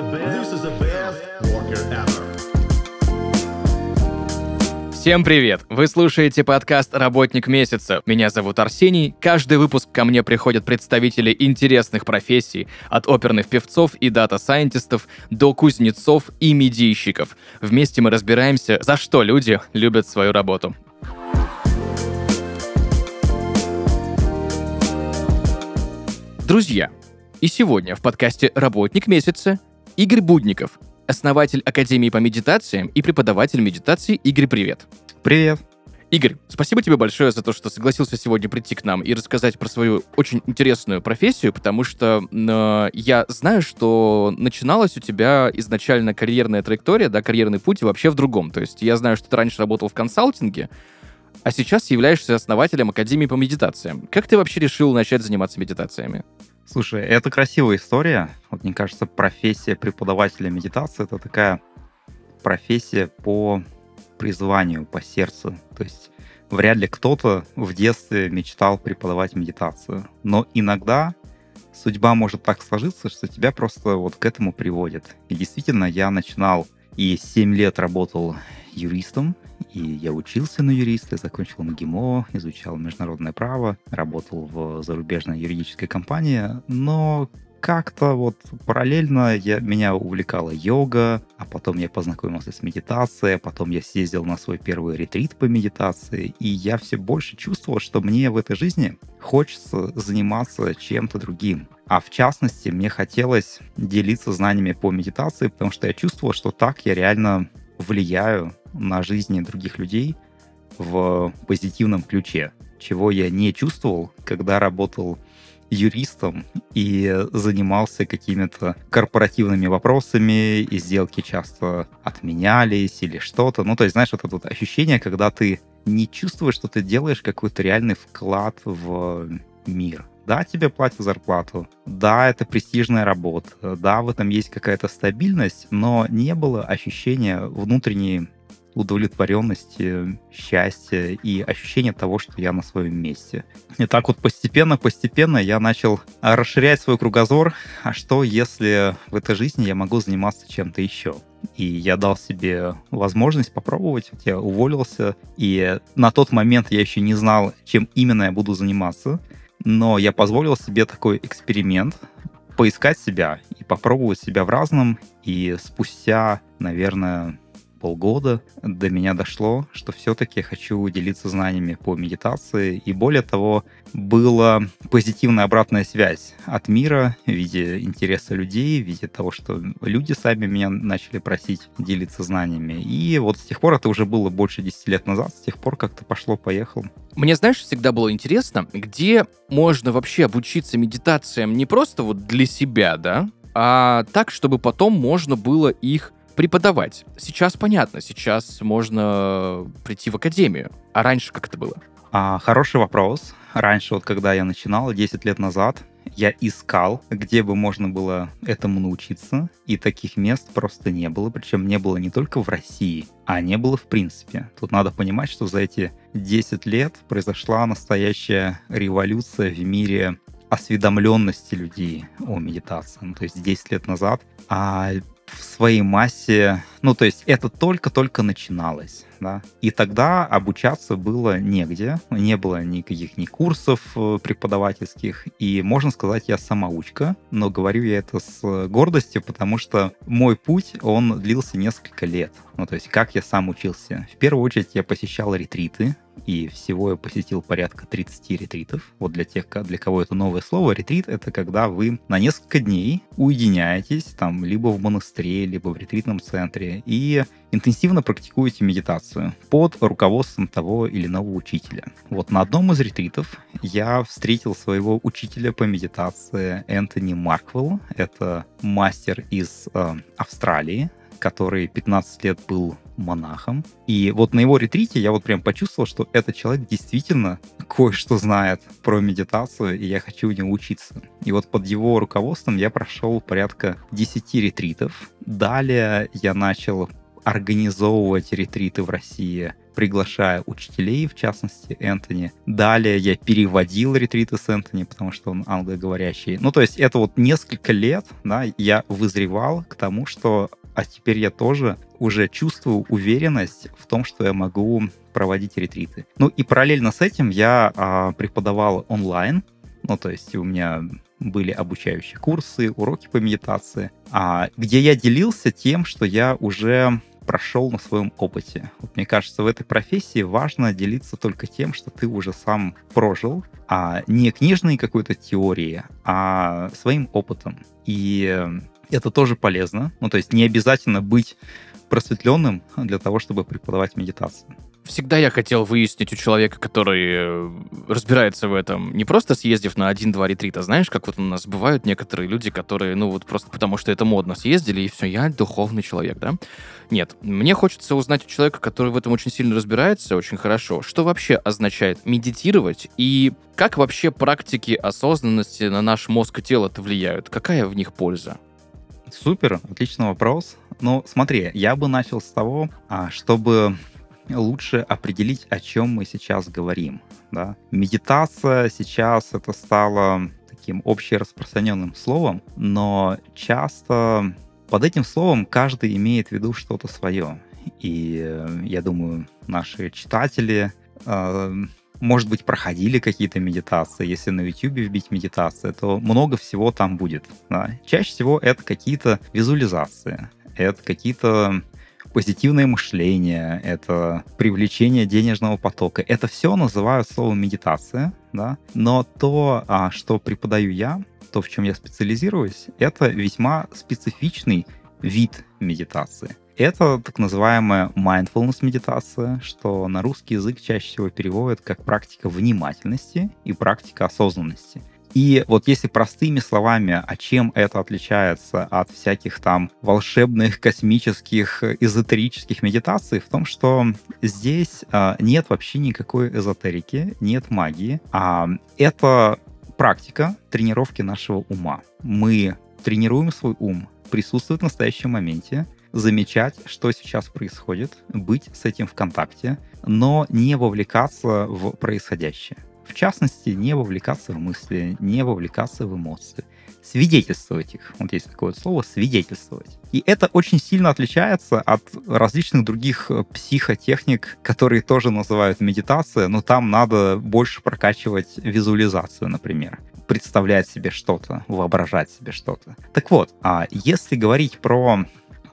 Walker ever. Всем привет! Вы слушаете подкаст «Работник месяца». Меня зовут Арсений. Каждый выпуск ко мне приходят представители интересных профессий, от оперных певцов и дата-сайентистов до кузнецов и медийщиков. Вместе мы разбираемся, за что люди любят свою работу. Друзья, и сегодня в подкасте «Работник месяца» Игорь Будников, основатель Академии по медитациям и преподаватель медитации. Игорь, привет. Привет. Игорь, спасибо тебе большое за то, что согласился сегодня прийти к нам и рассказать про свою очень интересную профессию, потому что я знаю, что начиналась у тебя изначально карьерная траектория, да, карьерный путь вообще в другом. То есть я знаю, что ты раньше работал в консалтинге, а сейчас являешься основателем Академии по медитациям. Как ты вообще решил начать заниматься медитациями? Слушай, это красивая история. Вот мне кажется, профессия преподавателя медитации — это такая профессия по призванию, по сердцу. То есть вряд ли кто-то в детстве мечтал преподавать медитацию. Но иногда судьба может так сложиться, что тебя просто вот к этому приводит. И действительно, я начинал и 7 лет работал юристом, и я учился на юриста, закончил МГИМО, изучал международное право, работал в зарубежной юридической компании, но как-то вот параллельно меня увлекала йога, а потом я познакомился с медитацией, а потом я съездил на свой первый ретрит по медитации, и я все больше чувствовал, что мне в этой жизни хочется заниматься чем-то другим. А в частности, мне хотелось делиться знаниями по медитации, потому что я чувствовал, что так я реально влияю на жизни других людей в позитивном ключе, чего я не чувствовал, когда работал юристом и занимался какими-то корпоративными вопросами, и сделки часто отменялись или что-то. Ну, то есть, знаешь, вот это вот ощущение, когда ты не чувствуешь, что ты делаешь какой-то реальный вклад в мир. Да, тебе платят зарплату, да, это престижная работа, да, в этом есть какая-то стабильность, но не было ощущения внутренней удовлетворенности, счастья и ощущения того, что я на своем месте. И так вот постепенно я начал расширять свой кругозор. А что, если в этой жизни я могу заниматься чем-то еще? И я дал себе возможность попробовать. Я уволился, и на тот момент я еще не знал, чем именно я буду заниматься. Но я позволил себе такой эксперимент, поискать себя и попробовать себя в разном. И спустя, наверное, полгода до меня дошло, что все-таки я хочу делиться знаниями по медитации. И более того, была позитивная обратная связь от мира в виде интереса людей, в виде того, что люди сами меня начали просить делиться знаниями. И вот с тех пор, это уже было больше 10 лет назад, с тех пор как-то пошло-поехало. Мне, знаешь, всегда было интересно, где можно вообще обучиться медитациям не просто вот для себя, да, а так, чтобы потом можно было их преподавать. Сейчас понятно, сейчас можно прийти в академию. А раньше как это было? Хороший вопрос. Раньше, вот когда я начинал, 10 лет назад, я искал, где бы можно было этому научиться, и таких мест просто не было. Причем не было не только в России, а не было в принципе. Тут надо понимать, что за эти 10 лет произошла настоящая революция в мире осведомленности людей о медитации. Ну, то есть 10 лет назад в своей массе, ну, то есть это только-только начиналось, да, и тогда обучаться было негде, не было никаких ни курсов преподавательских, и, можно сказать, я самоучка, но говорю я это с гордостью, потому что мой путь, он длился несколько лет, ну, то есть как я сам учился. В первую очередь я посещал ретриты, и всего я посетил порядка 30 ретритов. Вот для тех, для кого это новое слово, ретрит — это когда вы на несколько дней уединяетесь там либо в монастыре, либо в ретритном центре и интенсивно практикуете медитацию под руководством того или иного учителя. Вот на одном из ретритов я встретил своего учителя по медитации Энтони Марквелл. Это мастер из Австралии, который 15 лет был монахом. И вот на его ретрите я вот прям почувствовал, что этот человек действительно кое-что знает про медитацию, и я хочу у него учиться. И вот под его руководством я прошел порядка 10 ретритов. Далее я начал организовывать ретриты в России приглашая учителей, в частности, Энтони. Далее я переводил ретриты с Энтони, потому что он англоговорящий. Ну, то есть это вот несколько лет, да, я вызревал к тому, что теперь я тоже уже чувствую уверенность в том, что я могу проводить ретриты. Ну и параллельно с этим я преподавал онлайн. Ну, то есть у меня были обучающие курсы, уроки по медитации, где я делился тем, что я уже прошел на своем опыте. Вот мне кажется, в этой профессии важно делиться только тем, что ты уже сам прожил, не книжной какой-то теорией, а своим опытом. И это тоже полезно. Ну, то есть не обязательно быть просветленным для того, чтобы преподавать медитацию. Всегда я хотел выяснить у человека, который разбирается в этом, не просто съездив на 1-2 ретрита, знаешь, как вот у нас бывают некоторые люди, которые, ну вот просто потому что это модно, съездили, и все, я духовный человек, да? Нет, мне хочется узнать у человека, который в этом очень сильно разбирается, очень хорошо, что вообще означает медитировать, и как вообще практики осознанности на наш мозг и тело-то влияют, какая в них польза? Супер, отличный вопрос. Ну, смотри, я бы начал с того, чтобы лучше определить, о чем мы сейчас говорим. Да? Медитация сейчас это стало таким общераспространенным словом, но часто под этим словом каждый имеет в виду что-то свое. И я думаю, наши читатели, может быть, проходили какие-то медитации. Если на YouTube вбить медитация, то много всего там будет. Да? Чаще всего это какие-то визуализации, это какие-то позитивное мышление, это привлечение денежного потока. Это все называют словом медитация, да? Но то, что преподаю я, то, в чем я специализируюсь, это весьма специфичный вид медитации. Это так называемая mindfulness медитация, что на русский язык чаще всего переводят как практика внимательности и практика осознанности. И вот если простыми словами, чем это отличается от всяких там волшебных, космических, эзотерических медитаций, в том, что здесь нет вообще никакой эзотерики, нет магии. Это практика тренировки нашего ума. Мы тренируем свой ум, присутствовать в настоящем моменте, замечать, что сейчас происходит, быть с этим в контакте, но не вовлекаться в происходящее. В частности, не вовлекаться в мысли, не вовлекаться в эмоции. Свидетельствовать их. Вот есть такое слово «свидетельствовать». И это очень сильно отличается от различных других психотехник, которые тоже называют медитация, но там надо больше прокачивать визуализацию, например. Представлять себе что-то, воображать себе что-то. Так вот, если говорить про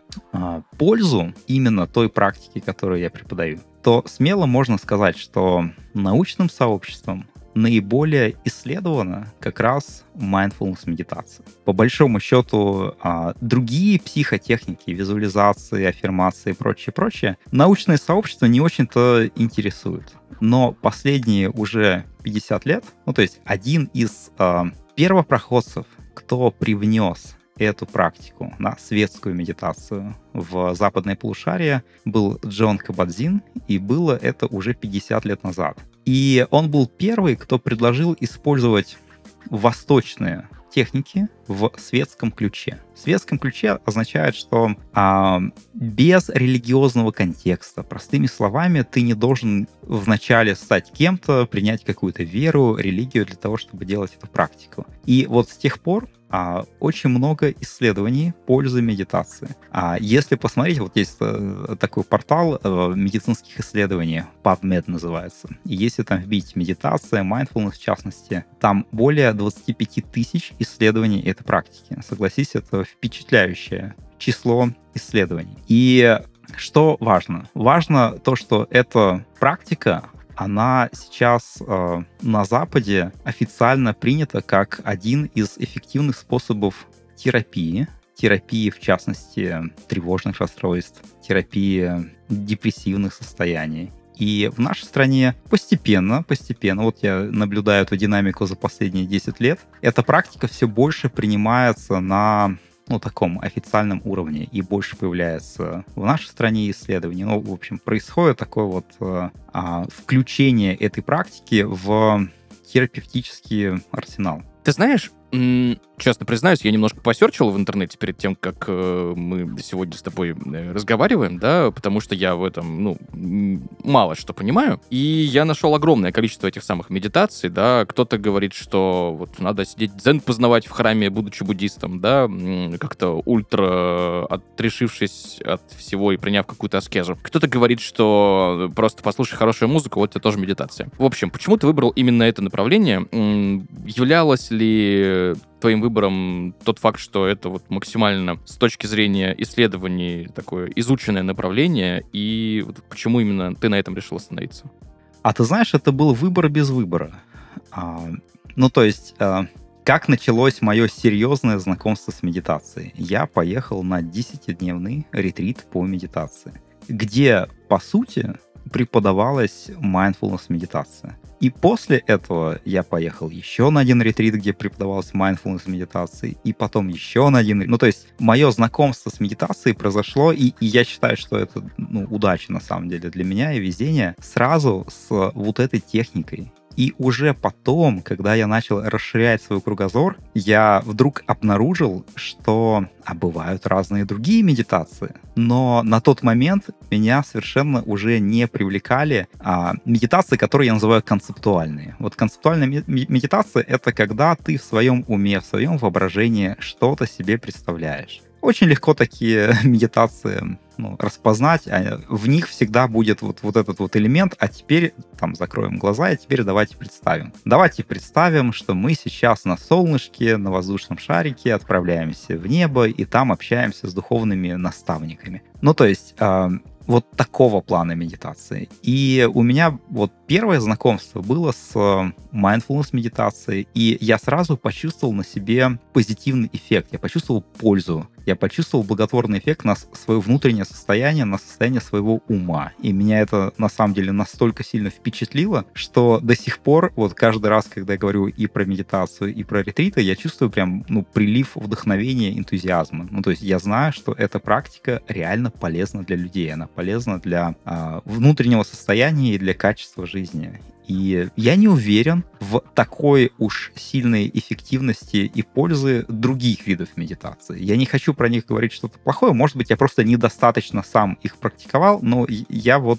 пользу именно той практики, которую я преподаю, то смело можно сказать, что научным сообществом наиболее исследована как раз mindfulness медитация. По большому счету, другие психотехники, визуализации, аффирмации и прочее, научное сообщество не очень-то интересует. Но последние уже 50 лет, ну то есть один из первопроходцев, кто привнес эту практику, светскую медитацию в западное полушарие, был Джон Кабат-Зинн, и было это уже 50 лет назад. И он был первый, кто предложил использовать восточные техники в светском ключе. В светском ключе означает, что без религиозного контекста, простыми словами, ты не должен вначале стать кем-то, принять какую-то веру, религию для того, чтобы делать эту практику. И вот с тех пор очень много исследований пользы медитации. Если посмотреть, вот есть такой портал медицинских исследований, PubMed называется. И если там вбить медитация, mindfulness в частности, там более 25 тысяч исследований этой практики. Согласись, это впечатляющее число исследований. И что важно? Важно то, что эта практика, она сейчас на Западе официально принята как один из эффективных способов терапии. Терапии, в частности, тревожных расстройств, терапии депрессивных состояний. И в нашей стране постепенно, вот я наблюдаю эту динамику за последние 10 лет, эта практика все больше принимается на таком официальном уровне и больше появляется в нашей стране исследований. В общем, происходит такое вот включение этой практики в терапевтический арсенал. Ты знаешь, честно признаюсь, я немножко посерчил в интернете перед тем, как мы сегодня с тобой разговариваем, да, потому что я в этом, мало что понимаю. И я нашел огромное количество этих самых медитаций, да. Кто-то говорит, что вот надо сидеть дзен познавать в храме, будучи буддистом, да, как-то ультра отрешившись от всего и приняв какую-то аскезу. Кто-то говорит, что просто послушай хорошую музыку, вот это тоже медитация. В общем, почему ты выбрал именно это направление? Являлось ли твоим выбором тот факт, что это вот максимально с точки зрения исследований такое изученное направление, и вот почему именно ты на этом решил остановиться? А ты знаешь, это был выбор без выбора. То есть, как началось мое серьезное знакомство с медитацией? Я поехал на 10-дневный ретрит по медитации, где, по сути, преподавалась mindfulness медитация. И после этого я поехал еще на один ретрит, где преподавалась mindfulness медитации, и потом еще на один... то есть мое знакомство с медитацией произошло, и я считаю, что это удача на самом деле для меня и везение, сразу с вот этой техникой. И уже потом, когда я начал расширять свой кругозор, я вдруг обнаружил, что бывают разные другие медитации. Но на тот момент меня совершенно уже не привлекали медитации, которые я называю концептуальные. Вот концептуальная медитация — это когда ты в своем уме, в своем воображении что-то себе представляешь. Очень легко такие медитации распознать, в них всегда будет вот этот вот элемент, а теперь закроем глаза, и теперь давайте представим. Давайте представим, что мы сейчас на солнышке, на воздушном шарике отправляемся в небо, и там общаемся с духовными наставниками. То есть вот такого плана медитации. И у меня вот первое знакомство было с mindfulness медитацией, и я сразу почувствовал на себе позитивный эффект, я почувствовал пользу, я почувствовал благотворный эффект на свое внутреннее состояние, на состояние своего ума. И меня это на самом деле настолько сильно впечатлило, что до сих пор, вот каждый раз, когда я говорю и про медитацию, и про ретриты, я чувствую прям, прилив вдохновения, энтузиазма. То есть я знаю, что эта практика реально полезна для людей, она полезна для внутреннего состояния и для качества жизни. И я не уверен в такой уж сильной эффективности и пользы других видов медитации. Я не хочу про них говорить что-то плохое. Может быть, я просто недостаточно сам их практиковал, но я вот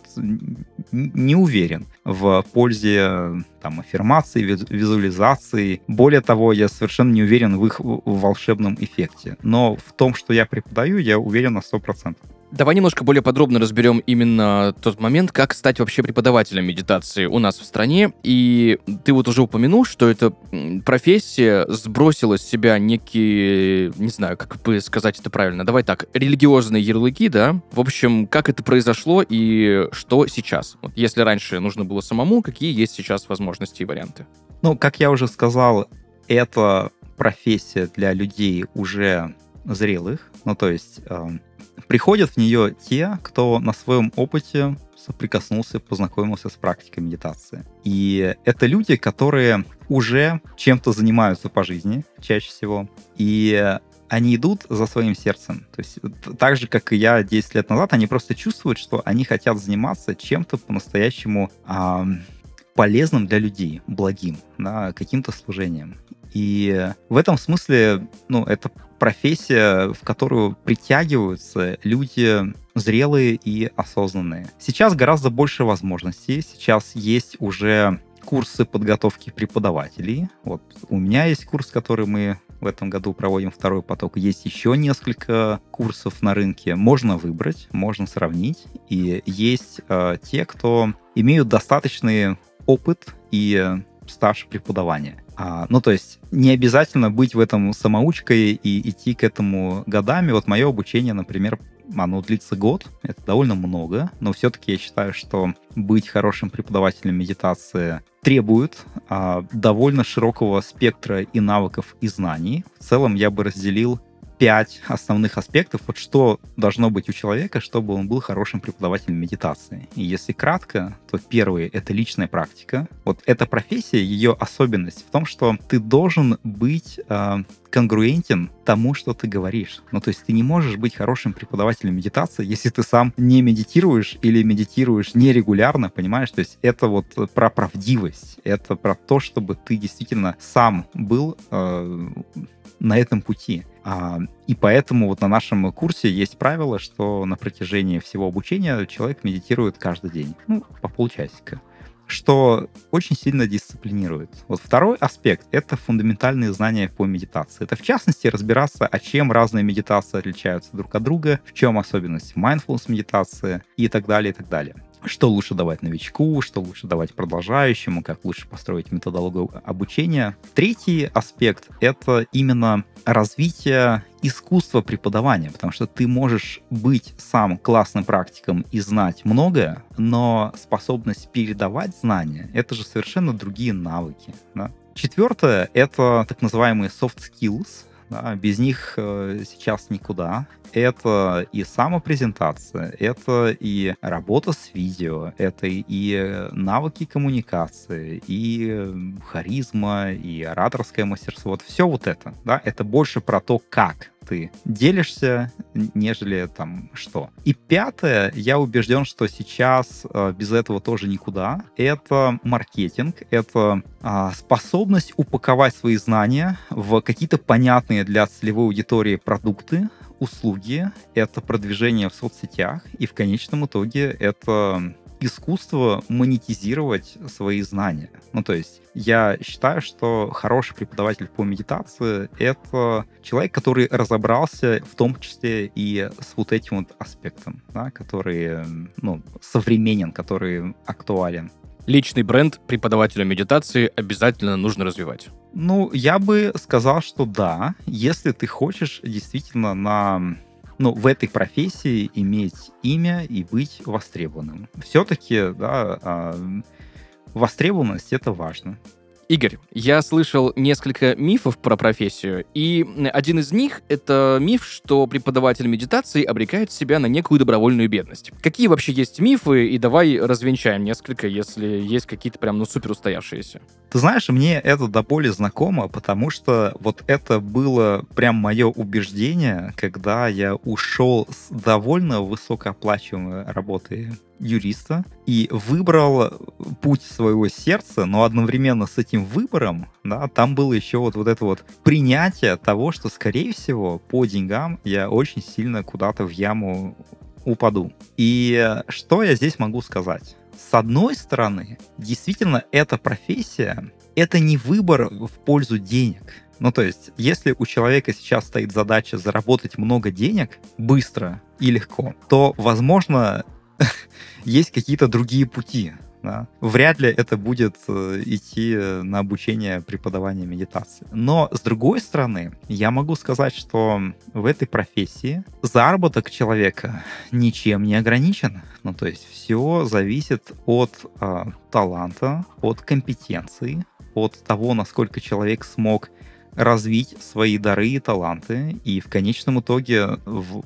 не уверен в пользе аффирмации, визуализации. Более того, я совершенно не уверен в их волшебном эффекте. Но в том, что я преподаю, я уверен на 100%. Давай немножко более подробно разберем именно тот момент, как стать вообще преподавателем медитации у нас в стране. И ты вот уже упомянул, что эта профессия сбросила с себя некие, не знаю, как бы сказать это правильно, давай так, религиозные ярлыки, да? В общем, как это произошло и что сейчас? Вот если раньше нужно было самому, какие есть сейчас возможности и варианты? Как я уже сказал, это профессия для людей уже зрелых, то есть приходят в нее те, кто на своем опыте соприкоснулся, познакомился с практикой медитации. И это люди, которые уже чем-то занимаются по жизни, чаще всего, и они идут за своим сердцем. То есть так же, как и я 10 лет назад, они просто чувствуют, что они хотят заниматься чем-то по-настоящему полезным для людей, благим, да, каким-то служением. И в этом смысле, это профессия, в которую притягиваются люди зрелые и осознанные. Сейчас гораздо больше возможностей. Сейчас есть уже курсы подготовки преподавателей. Вот у меня есть курс, который мы в этом году проводим, второй поток. Есть еще несколько курсов на рынке. Можно выбрать, можно сравнить. И есть те, кто имеют достаточный опыт и стаж преподавания. То есть не обязательно быть в этом самоучкой и идти к этому годами. Вот мое обучение, например, оно длится год. Это довольно много, но все-таки я считаю, что быть хорошим преподавателем медитации требует довольно широкого спектра и навыков, и знаний. В целом я бы разделил 5 основных аспектов, вот что должно быть у человека, чтобы он был хорошим преподавателем медитации. И если кратко, то первый — это личная практика. Вот эта профессия, ее особенность в том, что ты должен быть конгруентен тому, что ты говоришь. То есть ты не можешь быть хорошим преподавателем медитации, если ты сам не медитируешь или медитируешь нерегулярно, понимаешь? То есть это вот про правдивость, это про то, чтобы ты действительно сам был на этом пути. И поэтому вот на нашем курсе есть правило, что на протяжении всего обучения человек медитирует каждый день. Ну, по полчасика. Что очень сильно дисциплинирует. Вот второй аспект — это фундаментальные знания по медитации. Это, в частности, разбираться, о чем разные медитации отличаются друг от друга, в чем особенность mindfulness медитации и так далее, и так далее. Что лучше давать новичку, что лучше давать продолжающему, как лучше построить методологию обучения. Третий аспект — это именно развитие искусства преподавания, потому что ты можешь быть сам классным практиком и знать многое, но способность передавать знания — это же совершенно другие навыки. Да? Четвертое — это так называемые soft skills. Да, без них сейчас никуда. Это и самопрезентация, это и работа с видео, это и навыки коммуникации, и харизма, и ораторское мастерство. Вот все вот это, да, это больше про то, как ты делишься, нежели там что. И пятое, я убежден, что сейчас без этого тоже никуда. Это маркетинг, это способность упаковать свои знания в какие-то понятные для целевой аудитории продукты, услуги, это продвижение в соцсетях, и в конечном итоге это искусство монетизировать свои знания. Ну, то есть я считаю, что хороший преподаватель по медитации — это человек, который разобрался в том числе и с вот этим вот аспектом, да, который, ну, современен, который актуален. Личный бренд преподавателя медитации обязательно нужно развивать. Ну, я бы сказал, что да, если ты хочешь действительно в этой профессии иметь имя и быть востребованным. Все-таки, да, востребованность — это важно. Игорь, я слышал несколько мифов про профессию, и один из них — это миф, что преподаватель медитации обрекает себя на некую добровольную бедность. Какие вообще есть мифы, и давай развенчаем несколько, если есть какие-то прям, супер устоявшиеся. Ты знаешь, мне это до боли знакомо, потому что вот это было прям мое убеждение, когда я ушел с довольно высокооплачиваемой работы юриста и выбрал путь своего сердца, но одновременно с этим выбором, да, там было еще вот это вот принятие того, что, скорее всего, по деньгам я очень сильно куда-то в яму упаду. И что я здесь могу сказать? С одной стороны, действительно, эта профессия — это не выбор в пользу денег. Ну, то есть, если у человека сейчас стоит задача заработать много денег быстро и легко, то, возможно, есть какие-то другие пути. Да? Вряд ли это будет идти на обучение преподавания медитации. Но, с другой стороны, я могу сказать, что в этой профессии заработок человека ничем не ограничен. Ну, то есть все зависит от таланта, от компетенции, от того, насколько человек смог развить свои дары и таланты. И в конечном итоге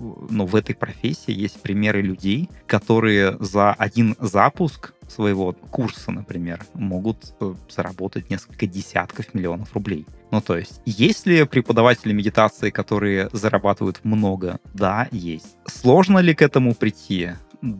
в этой профессии есть примеры людей, которые за один запуск своего курса, например, могут заработать несколько десятков миллионов рублей. Ну, то есть ли преподаватели медитации, которые зарабатывают много? Да, есть. Сложно ли к этому прийти?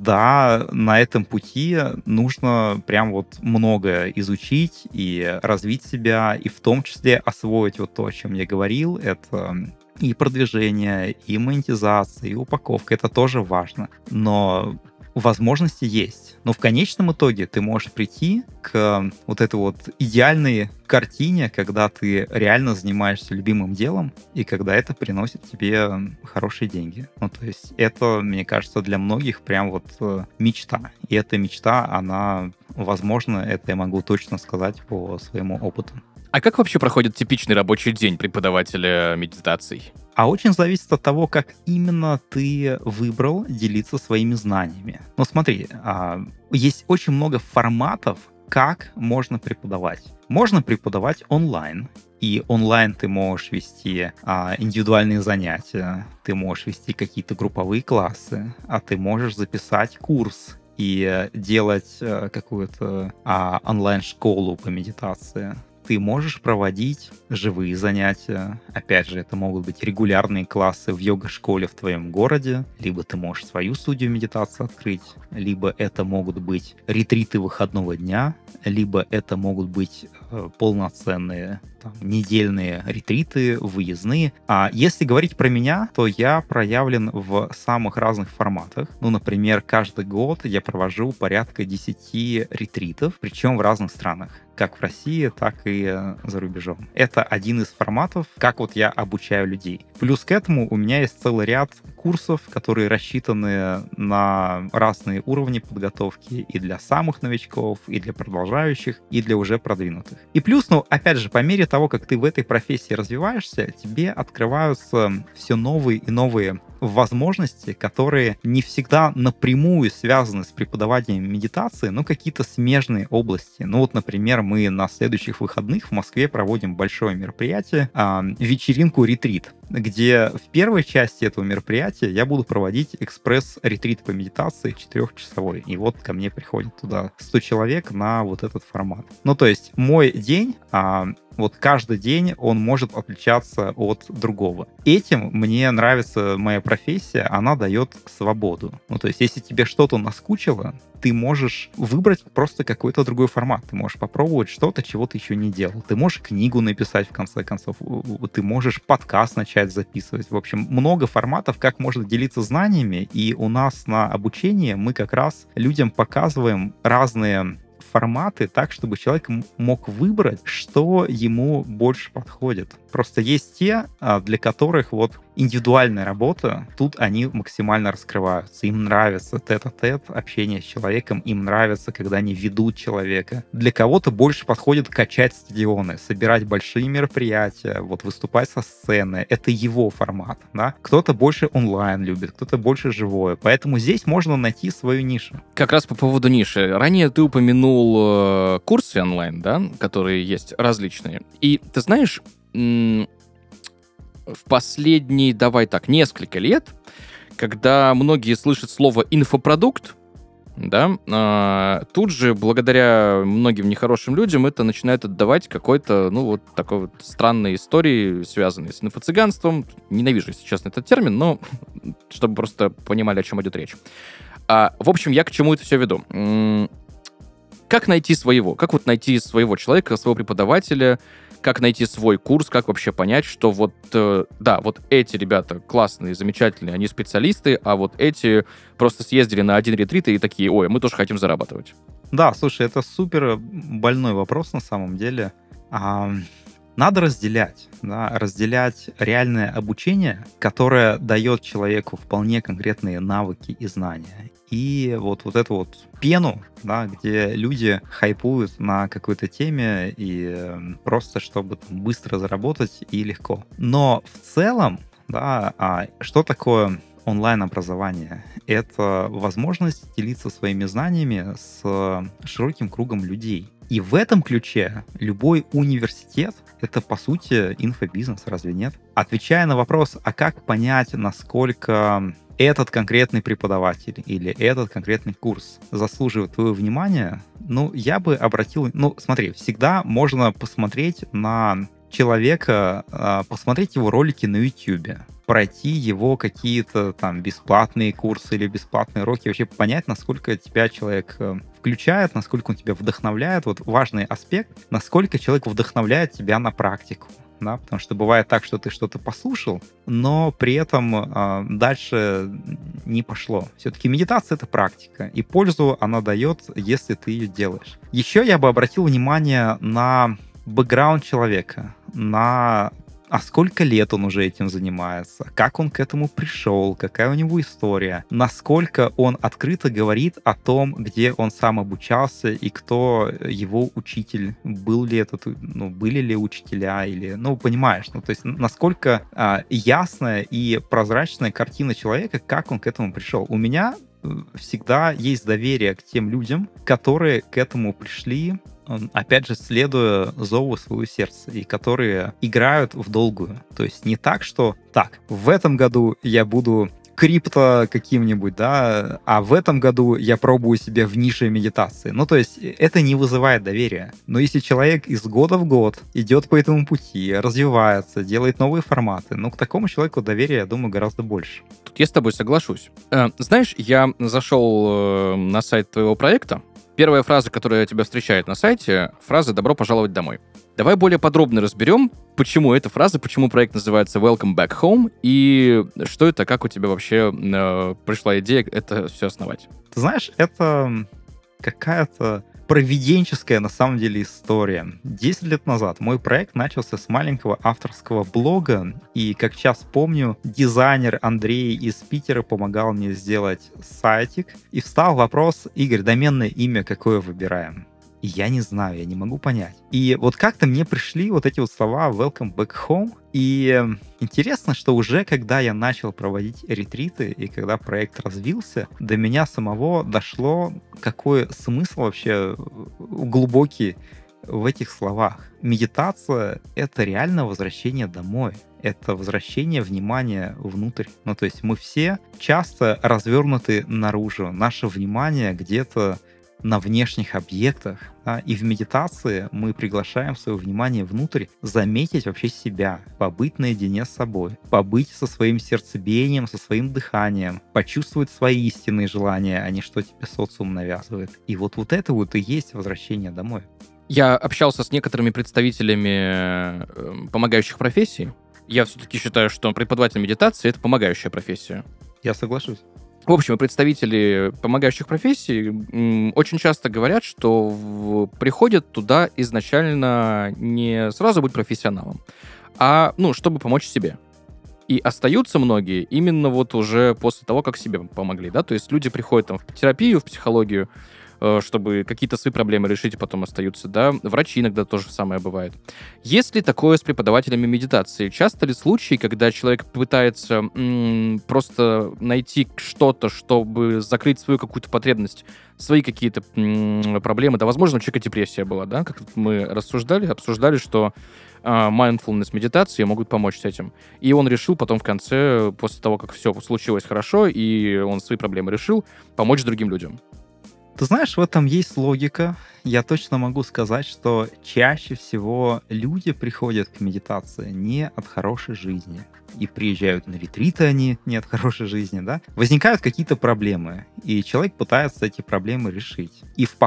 Да, на этом пути нужно прям вот многое изучить и развить себя, и в том числе освоить вот то, о чем я говорил. Это и продвижение, и монетизация, и упаковка. Это тоже важно. Но возможности есть. Но в конечном итоге ты можешь прийти к вот этой вот идеальной картине, когда ты реально занимаешься любимым делом, и когда это приносит тебе хорошие деньги. Ну, то есть это, мне кажется, для многих прям вот мечта. И эта мечта, она, возможно, это я могу точно сказать по своему опыту. А как вообще проходит типичный рабочий день преподавателя медитаций? А очень зависит от того, как именно ты выбрал делиться своими знаниями. Ну смотри, есть очень много форматов, как можно преподавать. Можно преподавать онлайн. И онлайн ты можешь вести индивидуальные занятия, ты можешь вести какие-то групповые классы, а ты можешь записать курс и делать какую-то онлайн-школу по медитации. Ты можешь проводить живые занятия. Опять же, это могут быть регулярные классы в йога-школе в твоем городе, либо ты можешь свою студию медитации открыть, либо это могут быть ретриты выходного дня, либо это могут быть полноценные там, недельные ретриты, выездные. А если говорить про меня, то я проявлен в самых разных форматах. Ну, например, каждый год я провожу порядка 10 ретритов, причем в разных странах, как в России, так и за рубежом. Это один из форматов, как вот я обучаю людей. Плюс к этому у меня есть целый ряд курсов, которые рассчитаны на разные уровни подготовки и для самых новичков, и для продолжающих, и для уже продвинутых. И плюс, ну, опять же, по мере того, как ты в этой профессии развиваешься, тебе открываются все новые и новые возможности, которые не всегда напрямую связаны с преподаванием медитации, но какие-то смежные области. Ну вот, например, мы на следующих выходных в Москве проводим большое мероприятие, вечеринку-ретрит, где в первой части этого мероприятия я буду проводить экспресс-ретрит по медитации 4-часовой. И вот ко мне приходит туда 100 человек на вот этот формат. Ну, то есть мой день, вот каждый день он может отличаться от другого. Этим мне нравится моя профессия, она дает свободу. Ну, то есть, если тебе что-то наскучило, ты можешь выбрать просто какой-то другой формат. Ты можешь попробовать что-то, чего ты еще не делал. Ты можешь книгу написать, в конце концов. Ты можешь подкаст начать записывать. В общем, много форматов, как можно делиться знаниями. И у нас на обучении мы как раз людям показываем разные форматы так, чтобы человек мог выбрать, что ему больше подходит. Просто есть те, для которых вот индивидуальная работа, тут они максимально раскрываются. Им нравится тет-а-тет, общение с человеком, им нравится, когда они ведут человека. Для кого-то больше подходит качать стадионы, собирать большие мероприятия, вот выступать со сцены. Это его формат, да? Кто-то больше онлайн любит, кто-то больше живое. Поэтому здесь можно найти свою нишу. Как раз по поводу ниши. Ранее ты упомянул курсы онлайн, да, которые есть различные. И ты знаешь, в последние, несколько лет, когда многие слышат слово «инфопродукт», да, тут же, благодаря многим нехорошим людям, это начинает отдавать какой-то, вот такой вот странной истории, связанной с инфо-цыганством. Ненавижу, если честно, этот термин, но чтобы просто понимали, о чем идет речь. В общем, я к чему это все веду? Как найти своего? Как вот найти своего человека, своего преподавателя? Как найти свой курс? Как вообще понять, что вот эти ребята классные, замечательные, они специалисты, а вот эти просто съездили на один ретрит и такие: ой, мы тоже хотим зарабатывать. Да, слушай, это супер больной вопрос на самом деле. Надо разделять реальное обучение, которое дает человеку вполне конкретные навыки и знания, и вот эту вот пену, да, где люди хайпуют на какой-то теме и просто чтобы там быстро заработать и легко. Но в целом, да, что такое онлайн-образование? Это возможность делиться своими знаниями с широким кругом людей. И в этом ключе любой университет — это, по сути, инфобизнес, разве нет? Отвечая на вопрос, а как понять, насколько этот конкретный преподаватель или этот конкретный курс заслуживает твоего внимания, я бы обратил... смотри, всегда можно посмотреть на человека, посмотреть его ролики на YouTube, пройти его какие-то там бесплатные курсы или бесплатные уроки, вообще понять, насколько тебя человек включает, насколько он тебя вдохновляет. Вот важный аспект, насколько человек вдохновляет тебя на практику. Да, потому что бывает так, что ты что-то послушал, но при этом дальше не пошло. Все-таки медитация — это практика, и пользу она дает, если ты ее делаешь. Еще я бы обратил внимание на бэкграунд человека, а сколько лет он уже этим занимается, как он к этому пришел, какая у него история, насколько он открыто говорит о том, где он сам обучался и кто его учитель, были ли учителя или, понимаешь, то есть насколько ясная и прозрачная картина человека, как он к этому пришел. У меня всегда есть доверие к тем людям, которые к этому пришли, опять же, следуя зову своего сердца, и которые играют в долгую. То есть не так, что в этом году я буду крипто каким-нибудь, да, а в этом году я пробую себя в нише медитации. То есть это не вызывает доверия. Но если человек из года в год идет по этому пути, развивается, делает новые форматы, к такому человеку доверия, я думаю, гораздо больше. Тут я с тобой соглашусь. Знаешь, я зашел на сайт твоего проекта, Первая фраза, которая тебя встречает на сайте, фраза «добро пожаловать домой». Давай более подробно разберем, почему эта фраза, почему проект называется Welcome Back Home, и что это, как у тебя вообще пришла идея это все основать. Ты знаешь, это какая-то провиденческая на самом деле история. 10 лет назад мой проект начался с маленького авторского блога, и, как сейчас помню, дизайнер Андрей из Питера помогал мне сделать сайтик, и встал вопрос: Игорь, доменное имя какое выбираем? И я не знаю, я не могу понять. И вот как-то мне пришли вот эти вот слова Welcome Back Home. И интересно, что уже когда я начал проводить ретриты и когда проект развился, до меня самого дошло, какой смысл вообще глубокий в этих словах. Медитация — это реально возвращение домой. Это возвращение внимания внутрь. Ну, то есть мы все часто развернуты наружу. Наше внимание где-то на внешних объектах, да, и в медитации мы приглашаем свое внимание внутрь, заметить вообще себя, побыть наедине с собой, побыть со своим сердцебиением, со своим дыханием, почувствовать свои истинные желания, а не что тебе социум навязывает. И вот это вот и есть возвращение домой. Я общался с некоторыми представителями помогающих профессий. Я все-таки считаю, что преподаватель медитации — это помогающая профессия. Я соглашусь. В общем, представители помогающих профессий очень часто говорят, что приходят туда изначально не сразу быть профессионалом, а, чтобы помочь себе. И остаются многие именно вот уже после того, как себе помогли, да, то есть люди приходят там в терапию, в психологию, чтобы какие-то свои проблемы решить, и потом остаются, да. Врачи иногда то же самое бывает. Есть ли такое с преподавателями медитации? Часто ли случаи, когда человек пытается просто найти что-то, чтобы закрыть свою какую-то потребность, свои какие-то проблемы? Да, возможно, у человека депрессия была, да, как мы обсуждали, что mindfulness, медитации могут помочь с этим. И он решил потом в конце, после того, как все случилось хорошо, и он свои проблемы решил, помочь другим людям. Ты знаешь, в этом есть логика. Я точно могу сказать, что чаще всего люди приходят к медитации не от хорошей жизни. И приезжают на ретриты они не от хорошей жизни, да? Возникают какие-то проблемы, и человек пытается эти проблемы решить. И в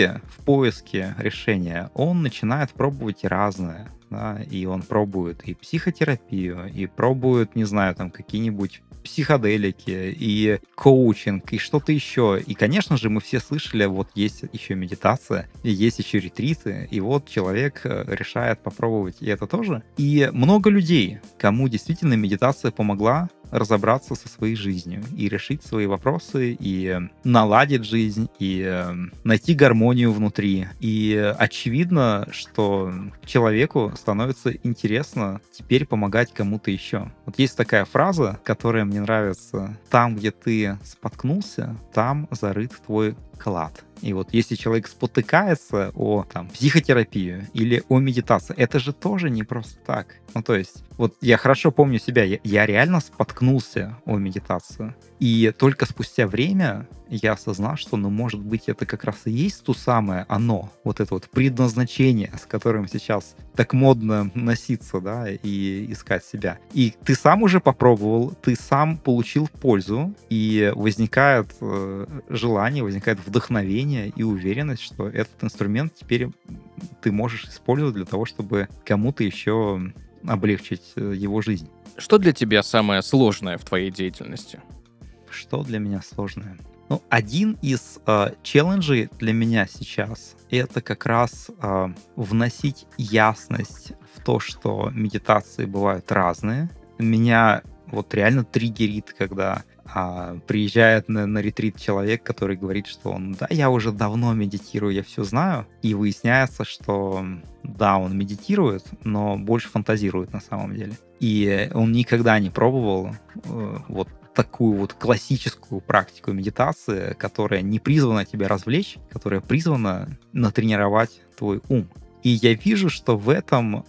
поиске решения он начинает пробовать разное. Да? И он пробует и психотерапию, и пробует, не знаю, там какие-нибудь психоделики, и коучинг, и что-то еще. И, конечно же, мы все слышали, вот есть еще медитация, и есть еще ретриты, и вот человек решает попробовать и это тоже. И много людей, кому действительно медитация помогла разобраться со своей жизнью и решить свои вопросы, и наладить жизнь, и найти гармонию внутри. И очевидно, что человеку становится интересно теперь помогать кому-то еще. Вот есть такая фраза, которая мне нравится: «Там, где ты споткнулся, там зарыт твой клад». И вот если человек спотыкается о психотерапию или о медитации, это же тоже не просто так. Ну, то есть, вот я хорошо помню себя, я реально споткнулся о медитацию. И только спустя время я осознал, что, может быть, это как раз и есть то самое оно, вот это вот предназначение, с которым сейчас так модно носиться, да, и искать себя. И ты сам уже попробовал, ты сам получил пользу, и возникает желание, возникает вдохновение и уверенность, что этот инструмент теперь ты можешь использовать для того, чтобы кому-то еще облегчить его жизнь. Что для тебя самое сложное в твоей деятельности? Что для меня сложное? Один из челленджей для меня сейчас — это как раз вносить ясность в то, что медитации бывают разные. Меня вот реально триггерит, когда приезжает на ретрит человек, который говорит, что я уже давно медитирую, я все знаю, и выясняется, что да, он медитирует, но больше фантазирует на самом деле. И он никогда не пробовал вот такую вот классическую практику медитации, которая не призвана тебя развлечь, которая призвана натренировать твой ум. И я вижу, что в этом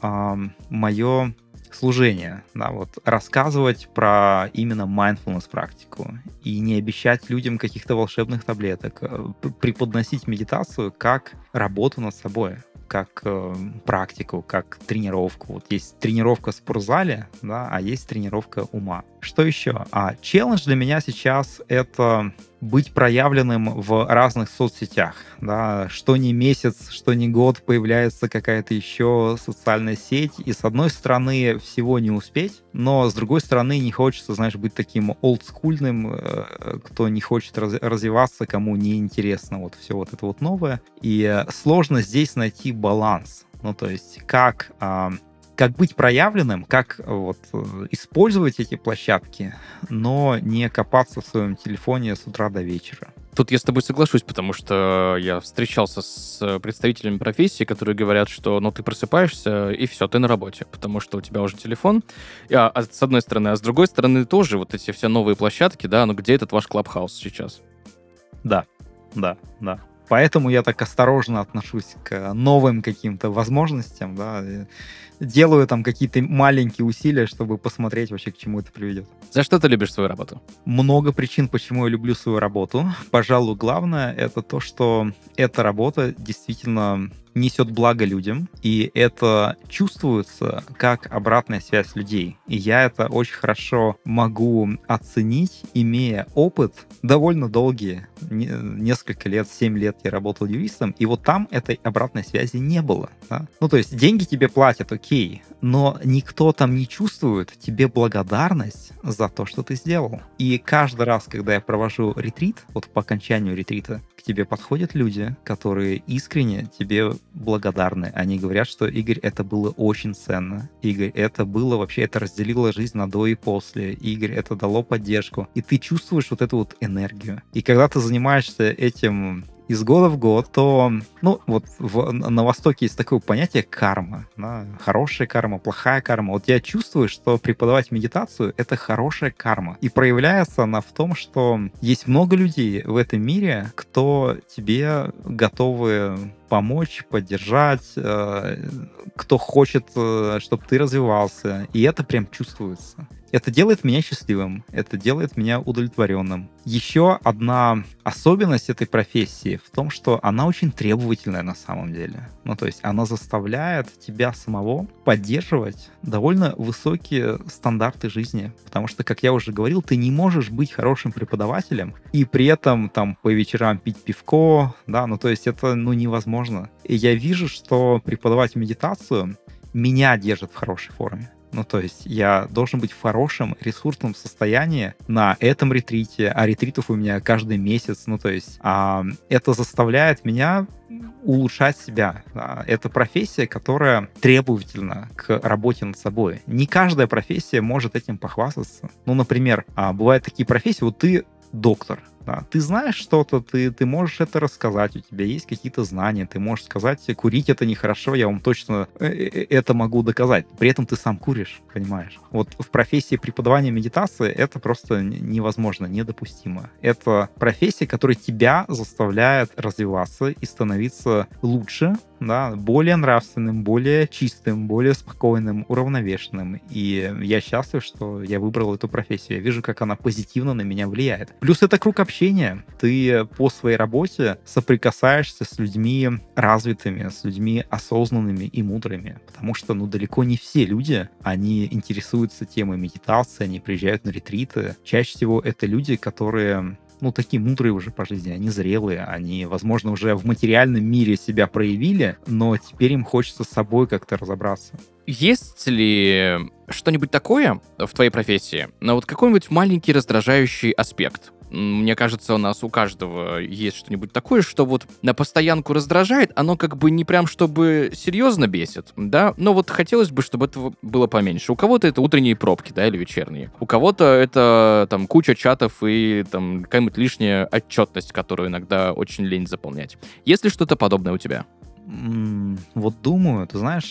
мое служение, да, вот рассказывать про именно mindfulness практику и не обещать людям каких-то волшебных таблеток, преподносить медитацию как работу над собой. как практику, как тренировку. Вот есть тренировка в спортзале, да, а есть тренировка ума. Что еще? Челлендж для меня сейчас — это быть проявленным в разных соцсетях. Да? Что ни месяц, что ни год появляется какая-то еще социальная сеть, и с одной стороны всего не успеть, но с другой стороны не хочется, знаешь, быть таким олдскульным, кто не хочет развиваться, кому не интересно вот все вот это вот новое. И сложно здесь найти баланс. Ну, то есть как быть проявленным, как использовать эти площадки, но не копаться в своем телефоне с утра до вечера. Тут я с тобой соглашусь, потому что я встречался с представителями профессии, которые говорят, что ты просыпаешься, и все, ты на работе, потому что у тебя уже телефон, с одной стороны, а с другой стороны тоже вот эти все новые площадки, да, где этот ваш Клабхаус сейчас? Да. Поэтому я так осторожно отношусь к новым каким-то возможностям, да, делаю там какие-то маленькие усилия, чтобы посмотреть вообще, к чему это приведет. За что ты любишь свою работу? Много причин, почему я люблю свою работу. Пожалуй, главное — это то, что эта работа действительно несет благо людям, и это чувствуется как обратная связь людей. И я это очень хорошо могу оценить, имея опыт довольно долгий, несколько лет, 7 лет я работал юристом, и вот там этой обратной связи не было. Да? Ну, то есть деньги тебе платят, окей, но никто там не чувствует тебе благодарность за то, что ты сделал. И каждый раз, когда я провожу ретрит, вот по окончанию ретрита, к тебе подходят люди, которые искренне тебе благодарны. Они говорят, что, Игорь, это было очень ценно. Игорь, это было вообще, это разделило жизнь на до и после. Игорь, это дало поддержку. И ты чувствуешь вот эту вот энергию. И когда ты занимаешься этим из года в год, то, на Востоке есть такое понятие карма. Да? Хорошая карма, плохая карма. Вот я чувствую, что преподавать медитацию — это хорошая карма. И проявляется она в том, что есть много людей в этом мире, кто тебе готовы помочь, поддержать, кто хочет, чтобы ты развивался. И это прям чувствуется. Это делает меня счастливым, это делает меня удовлетворенным. Еще одна особенность этой профессии в том, что она очень требовательная на самом деле. Ну, то есть она заставляет тебя самого поддерживать довольно высокие стандарты жизни. Потому что, как я уже говорил, ты не можешь быть хорошим преподавателем и при этом там по вечерам пить пивко, да, то есть это, невозможно. И я вижу, что преподавать медитацию меня держит в хорошей форме. То есть я должен быть в хорошем ресурсном состоянии на этом ретрите, а ретритов у меня каждый месяц. То есть это заставляет меня улучшать себя. Это профессия, которая требовательна к работе над собой. Не каждая профессия может этим похвастаться. Например, бывают такие профессии, вот ты доктор, да, ты знаешь что-то, ты можешь это рассказать, у тебя есть какие-то знания, ты можешь сказать, курить это нехорошо, я вам точно это могу доказать. При этом ты сам куришь, понимаешь? Вот в профессии преподавания медитации это просто невозможно, недопустимо. Это профессия, которая тебя заставляет развиваться и становиться лучше, да, более нравственным, более чистым, более спокойным, уравновешенным. И я счастлив, что я выбрал эту профессию. Я вижу, как она позитивно на меня влияет. Плюс это круг общения. Ты по своей работе соприкасаешься с людьми развитыми, с людьми осознанными и мудрыми. Потому что, далеко не все люди, они интересуются темой медитации, они приезжают на ретриты. Чаще всего это люди, которые такие мудрые уже по жизни, они зрелые, они, возможно, уже в материальном мире себя проявили, но теперь им хочется с собой как-то разобраться. Есть ли что-нибудь такое в твоей профессии, какой-нибудь маленький раздражающий аспект? Мне кажется, у нас у каждого есть что-нибудь такое, что вот на постоянку раздражает, оно как бы не прям чтобы серьезно бесит, да, но хотелось бы, чтобы этого было поменьше. У кого-то это утренние пробки, да, или вечерние. У кого-то это там куча чатов и там какая-нибудь лишняя отчетность, которую иногда очень лень заполнять. Есть ли что-то подобное у тебя? Вот думаю, ты знаешь,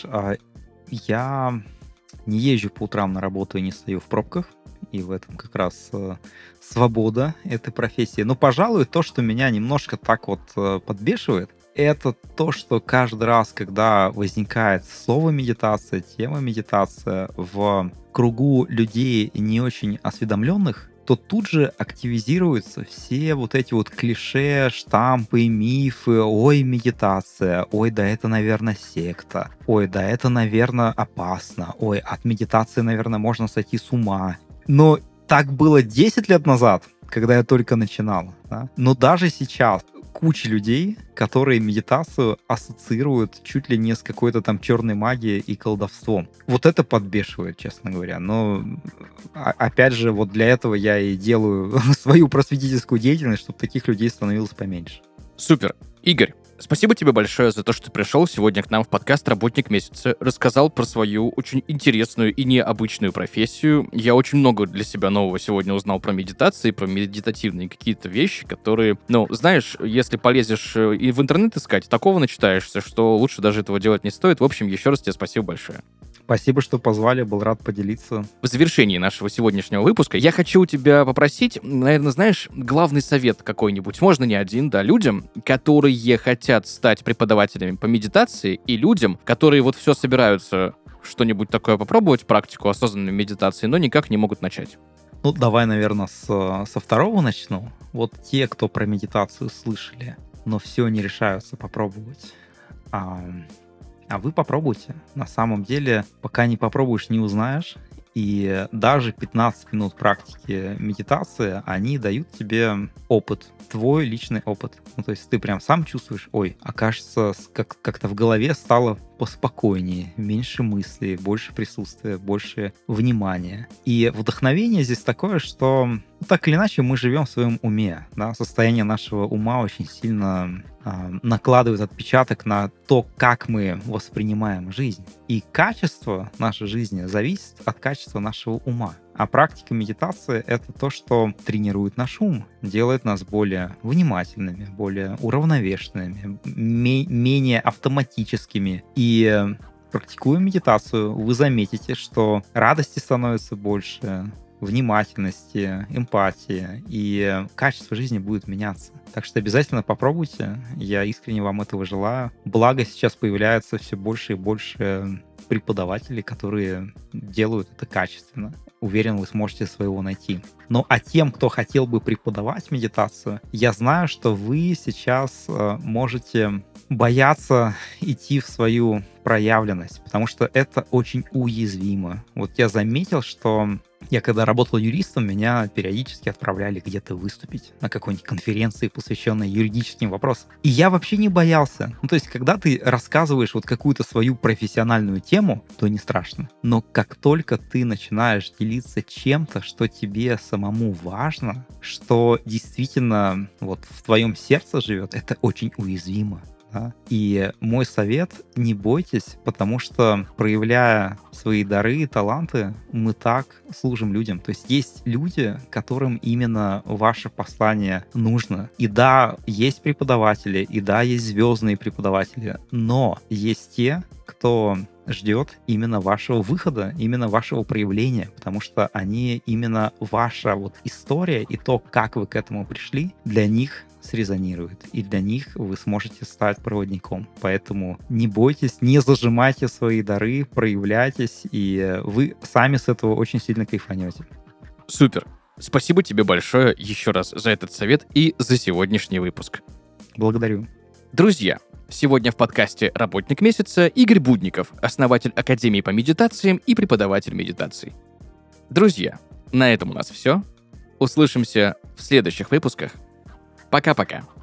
я не езжу по утрам на работу и не стою в пробках. И в этом как раз свобода этой профессии. Но, пожалуй, то, что меня немножко так вот подбешивает, это то, что каждый раз, когда возникает слово медитация, тема медитация в кругу людей не очень осведомленных, то тут же активизируются все вот эти вот клише, штампы, мифы. Ой, медитация. Ой, да это, наверное, секта. Ой, да это, наверное, опасно. Ой, от медитации, наверное, можно сойти с ума. Но так было 10 лет назад, когда я только начинал. Да? Но даже сейчас куча людей, которые медитацию ассоциируют чуть ли не с какой-то там черной магией и колдовством. Вот это подбешивает, честно говоря. Но, опять же, вот для этого я и делаю свою просветительскую деятельность, чтобы таких людей становилось поменьше. Супер. Игорь, спасибо тебе большое за то, что ты пришел сегодня к нам в подкаст «Работник месяца», рассказал про свою очень интересную и необычную профессию. Я очень много для себя нового сегодня узнал про медитации, про медитативные какие-то вещи, которые, знаешь, если полезешь и в интернет искать, такого начитаешься, что лучше даже этого делать не стоит. В общем, еще раз тебе спасибо большое. Спасибо, что позвали, был рад поделиться. В завершении нашего сегодняшнего выпуска я хочу у тебя попросить, наверное, знаешь, главный совет какой-нибудь, можно не один, да, людям, которые хотят стать преподавателями по медитации, и людям, которые вот все собираются что-нибудь такое попробовать, практику осознанной медитации, но никак не могут начать. Давай, наверное, со второго начну. Вот те, кто про медитацию слышали, но все не решаются попробовать. А вы попробуйте. На самом деле, пока не попробуешь, не узнаешь. И даже 15 минут практики медитации, они дают тебе опыт, твой личный опыт. То есть ты прям сам чувствуешь, окажется, как-то в голове стало поспокойнее, меньше мыслей, больше присутствия, больше внимания. И вдохновение здесь такое, что так или иначе мы живем в своем уме. Да? Состояние нашего ума очень сильно накладывает отпечаток на то, как мы воспринимаем жизнь. И качество нашей жизни зависит от качества нашего ума. А практика медитации — это то, что тренирует наш ум, делает нас более внимательными, более уравновешенными, менее автоматическими. И практикуя медитацию, вы заметите, что радости становится больше, внимательности, эмпатии, и качество жизни будет меняться. Так что обязательно попробуйте. Я искренне вам этого желаю. Благо сейчас появляется все больше и больше преподавателей, которые делают это качественно. Уверен, вы сможете своего найти. А тем, кто хотел бы преподавать медитацию, я знаю, что вы сейчас можете бояться идти в свою проявленность, потому что это очень уязвимо. Вот я заметил, что я когда работал юристом, меня периодически отправляли где-то выступить на какой-нибудь конференции, посвященной юридическим вопросам. И я вообще не боялся. То есть, когда ты рассказываешь вот какую-то свою профессиональную тему, то не страшно. Но как только ты начинаешь делиться чем-то, что тебе самому важно, что действительно вот в твоем сердце живет, это очень уязвимо. Да? И мой совет: не бойтесь, потому что, проявляя свои дары и таланты, мы так служим людям. То есть люди, которым именно ваше послание нужно. И да, есть преподаватели, и да, есть звездные преподаватели, но есть те, кто ждет именно вашего выхода, именно вашего проявления, потому что они именно ваша вот история и то, как вы к этому пришли, для них срезонирует, и для них вы сможете стать проводником. Поэтому не бойтесь, не зажимайте свои дары, проявляйтесь, и вы сами с этого очень сильно кайфанете. Супер. Спасибо тебе большое еще раз за этот совет и за сегодняшний выпуск. Благодарю. Друзья, сегодня в подкасте «Работник месяца» Игорь Будников, основатель Академии по медитациям и преподаватель медитаций. Друзья, на этом у нас все. Услышимся в следующих выпусках. Пока-пока.